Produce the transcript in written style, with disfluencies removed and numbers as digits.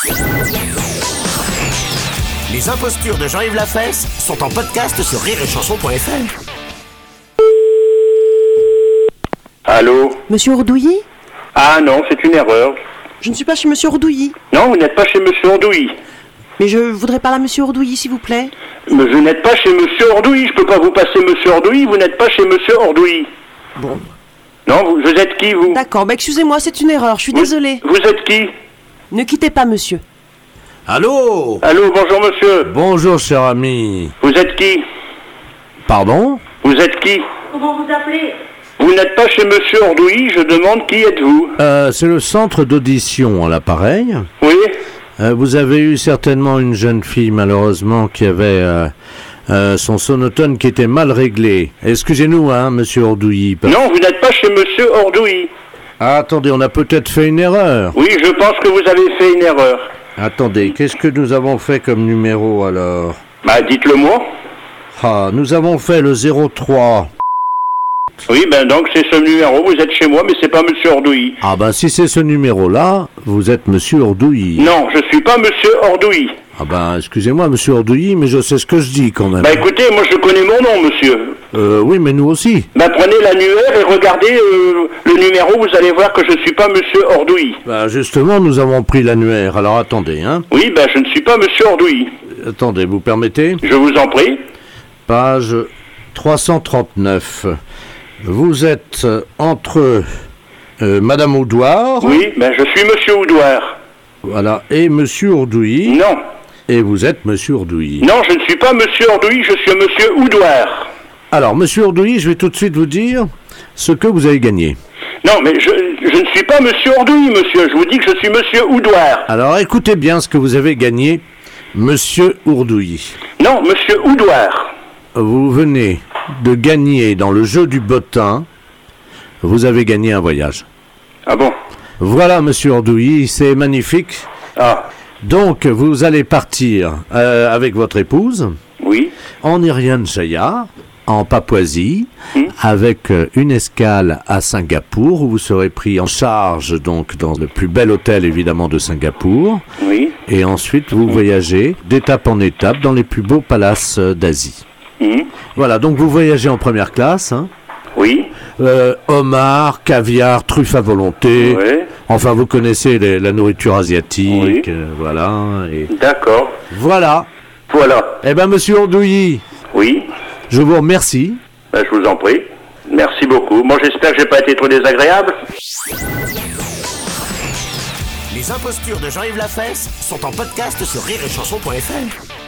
Les impostures de Jean-Yves Lafesse sont en podcast sur rireetchanson.fr. Allô? Monsieur Ordouilly? Ah non, c'est une erreur. Je ne suis pas chez Monsieur Ordouilly. Non, vous n'êtes pas chez Monsieur Ordouilly. Mais je voudrais parler à Monsieur Ordouilly, s'il vous plaît. Mais vous n'êtes pas chez Monsieur Ordouilly. Je peux pas vous passer Monsieur Ordouilly. Vous n'êtes pas chez Monsieur Ordouilly. Bon. Non, vous êtes qui, vous? D'accord, excusez-moi, c'est une erreur, je suis désolée. Vous êtes qui? Ne quittez pas, monsieur. Allô? Allô, bonjour monsieur. Bonjour, cher ami. Vous êtes qui? Pardon? Vous êtes qui? Comment vous appelez? Vous n'êtes pas chez Monsieur Ordouilly, je demande qui êtes-vous? C'est le centre d'audition à l'appareil. Oui? Vous avez eu certainement une jeune fille, malheureusement, qui avait son sonotone qui était mal réglé. Excusez-nous, monsieur Ordouilly. Non, vous n'êtes pas chez Monsieur Ordouilly. Ah, attendez, on a peut-être fait une erreur. Oui, je pense que vous avez fait une erreur. Attendez, qu'est-ce que nous avons fait comme numéro, alors? Bah, dites-le moi. Ah, nous avons fait le 03. Oui, ben donc c'est ce numéro, vous êtes chez moi, mais c'est pas Monsieur Ordouilly. Ah ben si c'est ce numéro-là, vous êtes monsieur Ordouilly. Non, je suis pas Monsieur Ordouilly. Ah ben excusez-moi monsieur Ordouilly, mais je sais ce que je dis quand même. Bah écoutez, moi je connais mon nom, monsieur. Oui, mais nous aussi. Bah prenez l'annuaire et regardez le numéro, vous allez voir que je suis pas Monsieur Ordouilly. Bah justement, nous avons pris l'annuaire, alors attendez, Oui, bah je ne suis pas Monsieur Ordouilly. Attendez, vous permettez? Je vous en prie. Page 339. Vous êtes entre Madame Oudouard. Oui, ben je suis Monsieur Oudouard. Voilà, et Monsieur Ordouilly. Non. Et vous êtes Monsieur Ordouilly. Non, je ne suis pas Monsieur Ordouilly, je suis Monsieur Oudouard. Alors, Monsieur Ordouilly, je vais tout de suite vous dire ce que vous avez gagné. Non, mais je ne suis pas Monsieur Ordouilly, monsieur. Je vous dis que je suis Monsieur Oudouard. Alors, écoutez bien ce que vous avez gagné, Monsieur Ordouilly. Non, Monsieur Oudouard. Vous venez de gagner dans le jeu du bottin, vous avez gagné un voyage. Ah bon? Voilà, Monsieur Ordouilly, c'est magnifique. Ah. Donc, vous allez partir avec votre épouse. Oui. En Irian Jaya, en Papouasie, avec une escale à Singapour, où vous serez pris en charge donc dans le plus bel hôtel évidemment de Singapour. Oui. Et ensuite, vous voyagez d'étape en étape dans les plus beaux palaces d'Asie. Voilà, donc vous voyagez en première classe. Oui. Homard, caviar, truffes à volonté. Oui. Enfin, vous connaissez la nourriture asiatique. Oui. Voilà. Et... D'accord. Voilà. Voilà. Eh bien, Monsieur Ordouilly. Oui. Je vous remercie. Ben, je vous en prie. Merci beaucoup. Moi, j'espère que j'ai pas été trop désagréable. Les impostures de Jean-Yves Lafesse sont en podcast sur rireetchanson.fr.